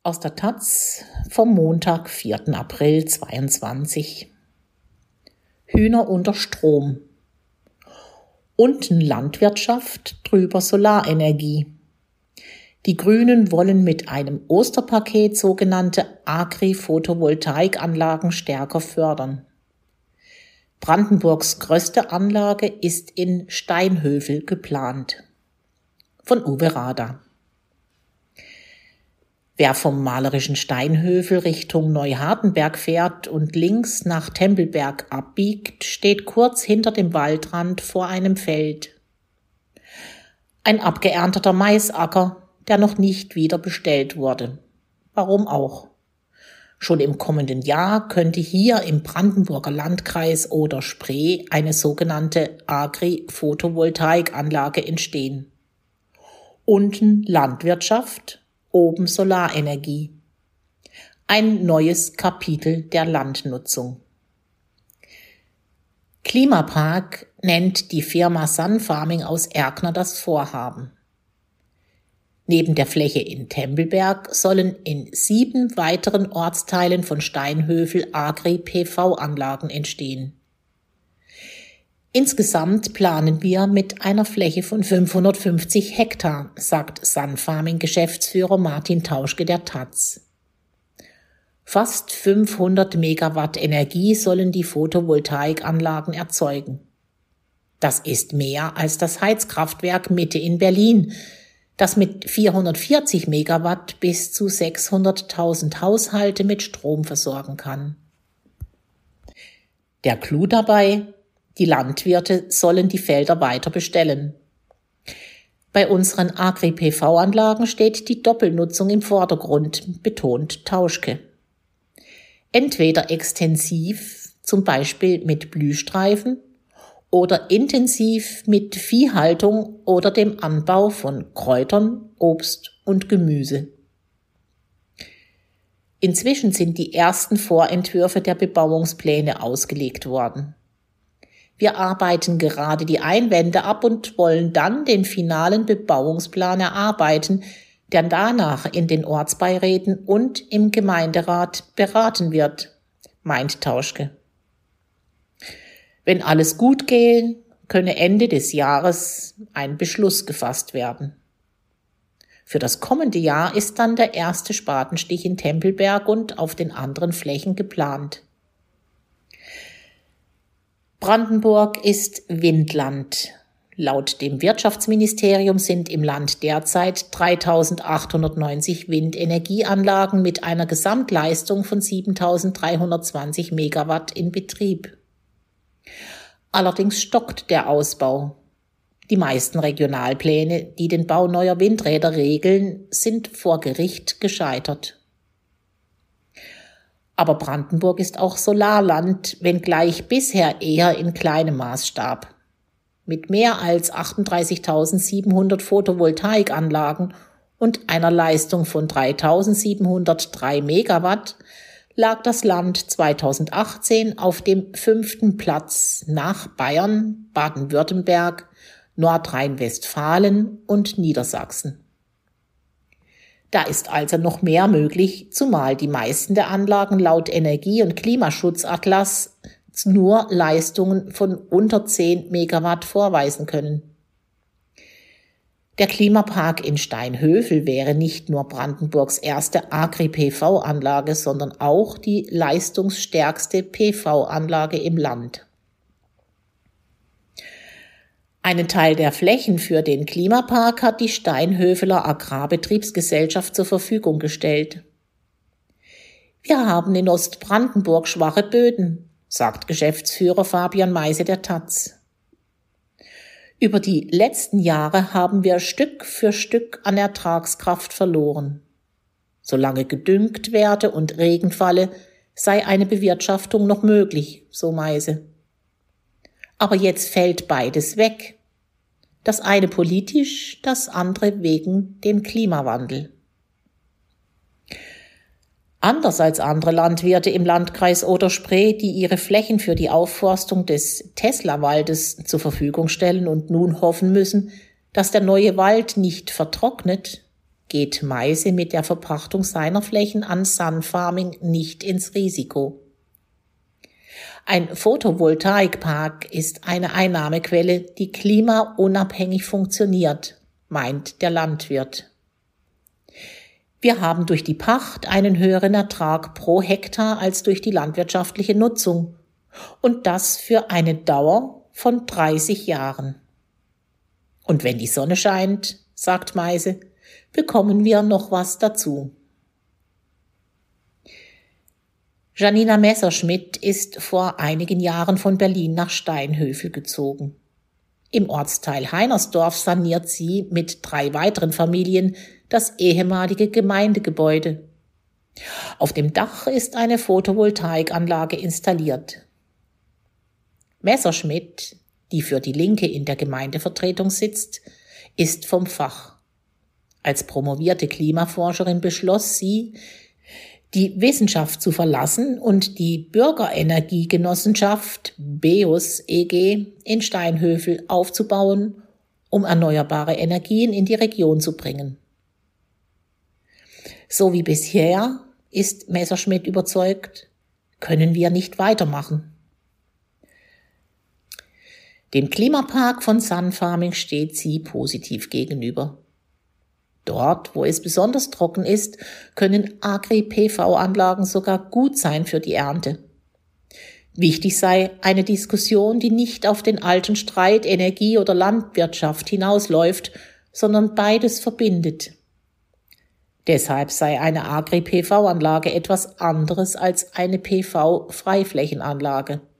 Aus der Taz vom Montag, 4. April 2022. Hühner unter Strom. Unten Landwirtschaft, drüber Solarenergie. Die Grünen wollen mit einem Osterpaket sogenannte Agri-Photovoltaikanlagen stärker fördern. Brandenburgs größte Anlage ist in Steinhövel geplant. Von Uwe Rader. Wer vom malerischen Steinhövel Richtung Neuhardenberg fährt und links nach Tempelberg abbiegt, steht kurz hinter dem Waldrand vor einem Feld. Ein abgeernteter Maisacker, der noch nicht wieder bestellt wurde. Warum auch? Schon im kommenden Jahr könnte hier im Brandenburger Landkreis Oder-Spree eine sogenannte Agri-Photovoltaikanlage entstehen. Unten Landwirtschaft, oben Solarenergie. Ein neues Kapitel der Landnutzung. Klimapark nennt die Firma Sunfarming aus Erkner das Vorhaben. Neben der Fläche in Tempelberg sollen in 7 weiteren Ortsteilen von Steinhövel Agri-PV-Anlagen entstehen. Insgesamt planen wir mit einer Fläche von 550 Hektar, sagt Sunfarming-Geschäftsführer Martin Tauschke der Taz. Fast 500 Megawatt Energie sollen die Photovoltaikanlagen erzeugen. Das ist mehr als das Heizkraftwerk Mitte in Berlin, das mit 440 Megawatt bis zu 600.000 Haushalte mit Strom versorgen kann. Der Clou dabei: Die Landwirte sollen die Felder weiter bestellen. Bei unseren Agri-PV-Anlagen steht die Doppelnutzung im Vordergrund, betont Tauschke. Entweder extensiv, zum Beispiel mit Blühstreifen, oder intensiv mit Viehhaltung oder dem Anbau von Kräutern, Obst und Gemüse. Inzwischen sind die ersten Vorentwürfe der Bebauungspläne ausgelegt worden. Wir arbeiten gerade die Einwände ab und wollen dann den finalen Bebauungsplan erarbeiten, der danach in den Ortsbeiräten und im Gemeinderat beraten wird, meint Tauschke. Wenn alles gut gehe, könne Ende des Jahres ein Beschluss gefasst werden. Für das kommende Jahr ist dann der erste Spatenstich in Tempelberg und auf den anderen Flächen geplant. Brandenburg ist Windland. Laut dem Wirtschaftsministerium sind im Land derzeit 3.890 Windenergieanlagen mit einer Gesamtleistung von 7.320 Megawatt in Betrieb. Allerdings stockt der Ausbau. Die meisten Regionalpläne, die den Bau neuer Windräder regeln, sind vor Gericht gescheitert. Aber Brandenburg ist auch Solarland, wenngleich bisher eher in kleinem Maßstab. Mit mehr als 38.700 Photovoltaikanlagen und einer Leistung von 3.703 Megawatt lag das Land 2018 auf dem 5. Platz nach Bayern, Baden-Württemberg, Nordrhein-Westfalen und Niedersachsen. Da ist also noch mehr möglich, zumal die meisten der Anlagen laut Energie- und Klimaschutzatlas nur Leistungen von unter 10 Megawatt vorweisen können. Der Klimapark in Steinhövel wäre nicht nur Brandenburgs erste Agri-PV-Anlage, sondern auch die leistungsstärkste PV-Anlage im Land. Einen Teil der Flächen für den Klimapark hat die Steinhöveler Agrarbetriebsgesellschaft zur Verfügung gestellt. Wir haben in Ostbrandenburg schwache Böden, sagt Geschäftsführer Fabian Meise der Taz. Über die letzten Jahre haben wir Stück für Stück an Ertragskraft verloren. Solange gedüngt werde und Regen falle, sei eine Bewirtschaftung noch möglich, so Meise. Aber jetzt fällt beides weg. Das eine politisch, das andere wegen dem Klimawandel. Anders als andere Landwirte im Landkreis Oder-Spree, die ihre Flächen für die Aufforstung des Tesla-Waldes zur Verfügung stellen und nun hoffen müssen, dass der neue Wald nicht vertrocknet, geht Meise mit der Verpachtung seiner Flächen an Sun Farming nicht ins Risiko. Ein Photovoltaikpark ist eine Einnahmequelle, die klimaunabhängig funktioniert, meint der Landwirt. Wir haben durch die Pacht einen höheren Ertrag pro Hektar als durch die landwirtschaftliche Nutzung und das für eine Dauer von 30 Jahren. Und wenn die Sonne scheint, sagt Meise, bekommen wir noch was dazu. Janina Messerschmidt ist vor einigen Jahren von Berlin nach Steinhöfel gezogen. Im Ortsteil Heinersdorf saniert sie mit 3 weiteren Familien das ehemalige Gemeindegebäude. Auf dem Dach ist eine Photovoltaikanlage installiert. Messerschmidt, die für die Linke in der Gemeindevertretung sitzt, ist vom Fach. Als promovierte Klimaforscherin beschloss sie, die Wissenschaft zu verlassen und die Bürgerenergiegenossenschaft BEUS EG in Steinhöfel aufzubauen, um erneuerbare Energien in die Region zu bringen. So wie bisher, ist Messerschmidt überzeugt, können wir nicht weitermachen. Dem Klimapark von Sun Farming steht sie positiv gegenüber. Dort, wo es besonders trocken ist, können Agri-PV-Anlagen sogar gut sein für die Ernte. Wichtig sei eine Diskussion, die nicht auf den alten Streit Energie oder Landwirtschaft hinausläuft, sondern beides verbindet. Deshalb sei eine Agri-PV-Anlage etwas anderes als eine PV-Freiflächenanlage.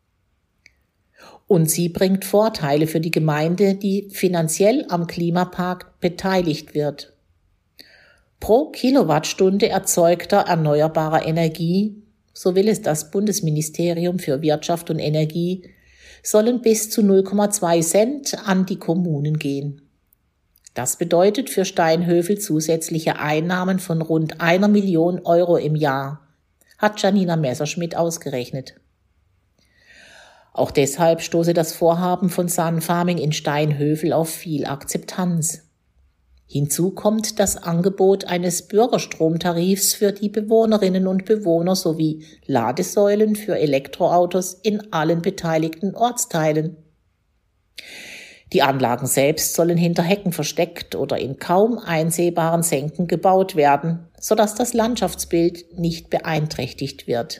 Und sie bringt Vorteile für die Gemeinde, die finanziell am Klimapark beteiligt wird. Pro Kilowattstunde erzeugter erneuerbarer Energie, so will es das Bundesministerium für Wirtschaft und Energie, sollen bis zu 0,2 Cent an die Kommunen gehen. Das bedeutet für Steinhöfel zusätzliche Einnahmen von rund 1 Million Euro im Jahr, hat Janina Messerschmidt ausgerechnet. Auch deshalb stoße das Vorhaben von Sun Farming in Steinhöfel auf viel Akzeptanz. Hinzu kommt das Angebot eines Bürgerstromtarifs für die Bewohnerinnen und Bewohner sowie Ladesäulen für Elektroautos in allen beteiligten Ortsteilen. Die Anlagen selbst sollen hinter Hecken versteckt oder in kaum einsehbaren Senken gebaut werden, sodass das Landschaftsbild nicht beeinträchtigt wird.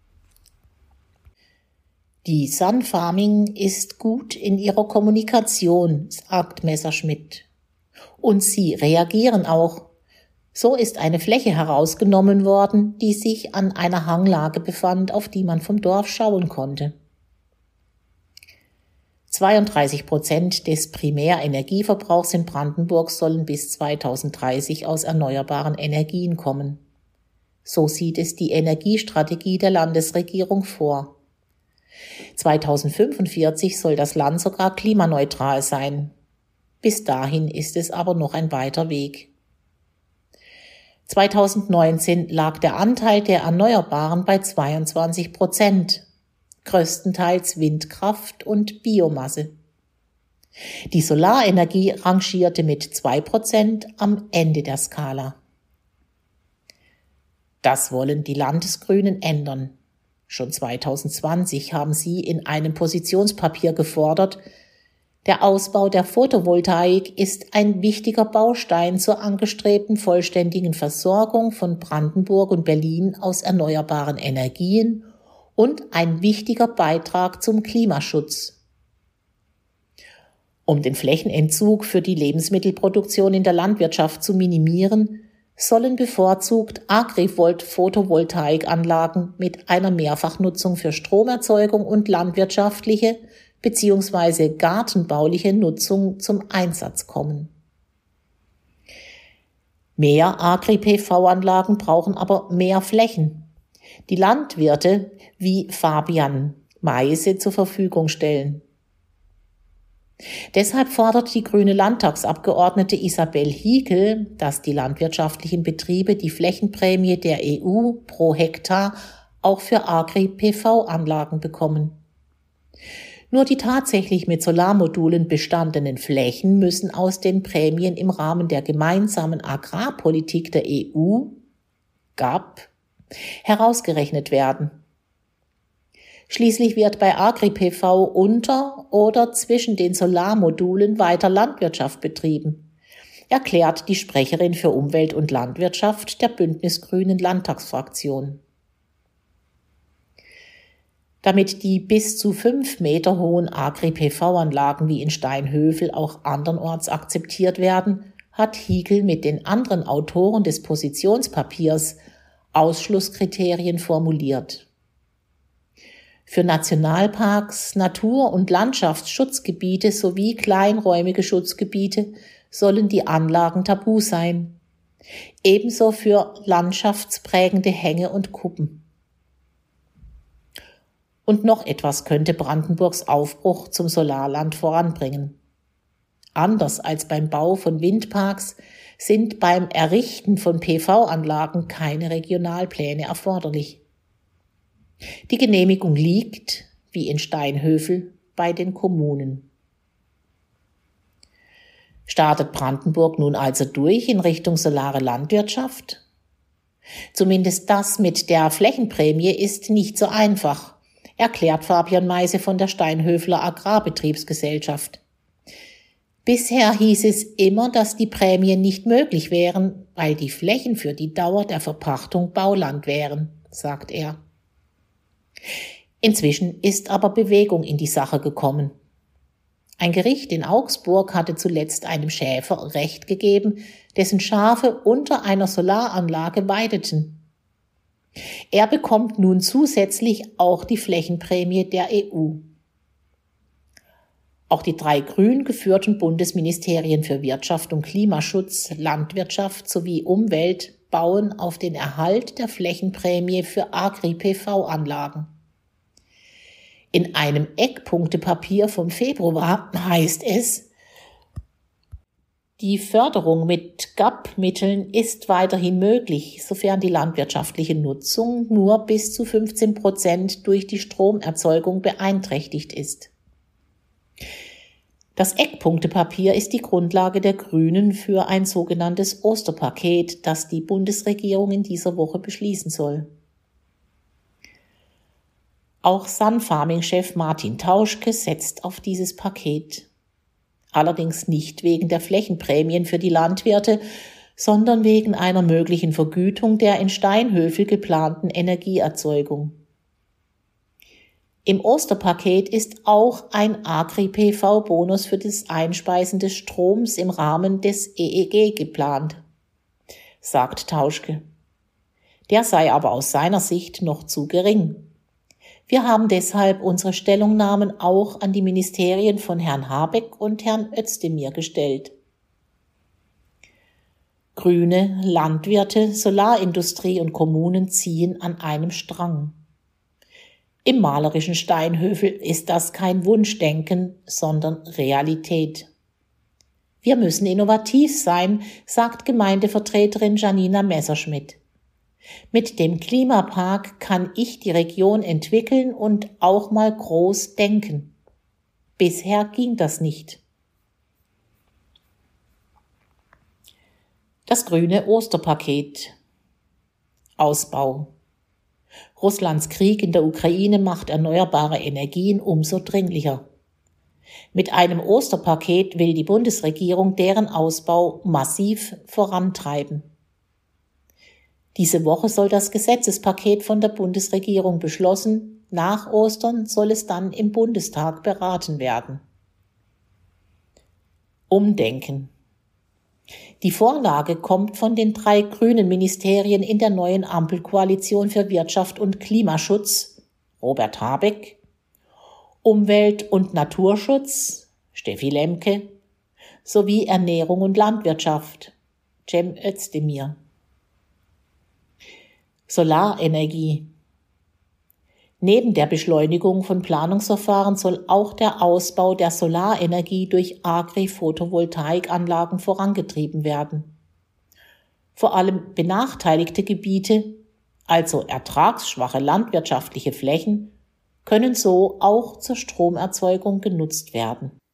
Die Sun Farming ist gut in ihrer Kommunikation, sagt Messerschmidt. Und sie reagieren auch. So ist eine Fläche herausgenommen worden, die sich an einer Hanglage befand, auf die man vom Dorf schauen konnte. 32% des Primärenergieverbrauchs in Brandenburg sollen bis 2030 aus erneuerbaren Energien kommen. So sieht es die Energiestrategie der Landesregierung vor. 2045 soll das Land sogar klimaneutral sein. Bis dahin ist es aber noch ein weiter Weg. 2019 lag der Anteil der Erneuerbaren bei 22%, größtenteils Windkraft und Biomasse. Die Solarenergie rangierte mit 2% am Ende der Skala. Das wollen die Landesgrünen ändern. Schon 2020 haben sie in einem Positionspapier gefordert, der Ausbau der Photovoltaik ist ein wichtiger Baustein zur angestrebten vollständigen Versorgung von Brandenburg und Berlin aus erneuerbaren Energien und ein wichtiger Beitrag zum Klimaschutz. Um den Flächenentzug für die Lebensmittelproduktion in der Landwirtschaft zu minimieren, sollen bevorzugt Agrivolt-Photovoltaikanlagen mit einer Mehrfachnutzung für Stromerzeugung und landwirtschaftliche bzw. gartenbauliche Nutzung zum Einsatz kommen. Mehr Agri-PV-Anlagen brauchen aber mehr Flächen. Die Landwirte wie Fabian Meise zur Verfügung stellen. Deshalb fordert die grüne Landtagsabgeordnete Isabel Hiekel, dass die landwirtschaftlichen Betriebe die Flächenprämie der EU pro Hektar auch für Agri-PV-Anlagen bekommen. Nur die tatsächlich mit Solarmodulen bestandenen Flächen müssen aus den Prämien im Rahmen der gemeinsamen Agrarpolitik der EU, GAP, herausgerechnet werden. Schließlich wird bei Agri-PV unter oder zwischen den Solarmodulen weiter Landwirtschaft betrieben, erklärt die Sprecherin für Umwelt und Landwirtschaft der Bündnis-Grünen Landtagsfraktion. Damit die bis zu 5 Meter hohen Agri-PV-Anlagen wie in Steinhövel auch andernorts akzeptiert werden, hat Hiegel mit den anderen Autoren des Positionspapiers Ausschlusskriterien formuliert. Für Nationalparks, Natur- und Landschaftsschutzgebiete sowie kleinräumige Schutzgebiete sollen die Anlagen tabu sein. Ebenso für landschaftsprägende Hänge und Kuppen. Und noch etwas könnte Brandenburgs Aufbruch zum Solarland voranbringen. Anders als beim Bau von Windparks sind beim Errichten von PV-Anlagen keine Regionalpläne erforderlich. Die Genehmigung liegt, wie in Steinhövel, bei den Kommunen. Startet Brandenburg nun also durch in Richtung solare Landwirtschaft? Zumindest das mit der Flächenprämie ist nicht so einfach, erklärt Fabian Meise von der Steinhöfler Agrarbetriebsgesellschaft. Bisher hieß es immer, dass die Prämien nicht möglich wären, weil die Flächen für die Dauer der Verpachtung Bauland wären, sagt er. Inzwischen ist aber Bewegung in die Sache gekommen. Ein Gericht in Augsburg hatte zuletzt einem Schäfer Recht gegeben, dessen Schafe unter einer Solaranlage weideten. Er bekommt nun zusätzlich auch die Flächenprämie der EU. Auch die 3 grün geführten Bundesministerien für Wirtschaft und Klimaschutz, Landwirtschaft sowie Umwelt bauen auf den Erhalt der Flächenprämie für Agri-PV-Anlagen. In einem Eckpunktepapier vom Februar heißt es, die Förderung mit GAP-Mitteln ist weiterhin möglich, sofern die landwirtschaftliche Nutzung nur bis zu 15% durch die Stromerzeugung beeinträchtigt ist. Das Eckpunktepapier ist die Grundlage der Grünen für ein sogenanntes Osterpaket, das die Bundesregierung in dieser Woche beschließen soll. Auch Sun-Farming-Chef Martin Tauschke setzt auf dieses Paket. Allerdings nicht wegen der Flächenprämien für die Landwirte, sondern wegen einer möglichen Vergütung der in Steinhövel geplanten Energieerzeugung. Im Osterpaket ist auch ein Agri-PV-Bonus für das Einspeisen des Stroms im Rahmen des EEG geplant, sagt Tauschke. Der sei aber aus seiner Sicht noch zu gering. Wir haben deshalb unsere Stellungnahmen auch an die Ministerien von Herrn Habeck und Herrn Özdemir gestellt. Grüne, Landwirte, Solarindustrie und Kommunen ziehen an einem Strang. Im malerischen Steinhövel ist das kein Wunschdenken, sondern Realität. Wir müssen innovativ sein, sagt Gemeindevertreterin Janina Messerschmidt. Mit dem Klimapark kann ich die Region entwickeln und auch mal groß denken. Bisher ging das nicht. Das grüne Osterpaket. Ausbau. Russlands Krieg in der Ukraine macht erneuerbare Energien umso dringlicher. Mit einem Osterpaket will die Bundesregierung deren Ausbau massiv vorantreiben. Diese Woche soll das Gesetzespaket von der Bundesregierung beschlossen, nach Ostern soll es dann im Bundestag beraten werden. Umdenken. Die Vorlage kommt von den 3 grünen Ministerien in der neuen Ampelkoalition für Wirtschaft und Klimaschutz, Robert Habeck, Umwelt- und Naturschutz, Steffi Lemke, sowie Ernährung und Landwirtschaft, Cem Özdemir. Solarenergie. Neben der Beschleunigung von Planungsverfahren soll auch der Ausbau der Solarenergie durch Agri-Photovoltaikanlagen vorangetrieben werden. Vor allem benachteiligte Gebiete, also ertragsschwache landwirtschaftliche Flächen, können so auch zur Stromerzeugung genutzt werden.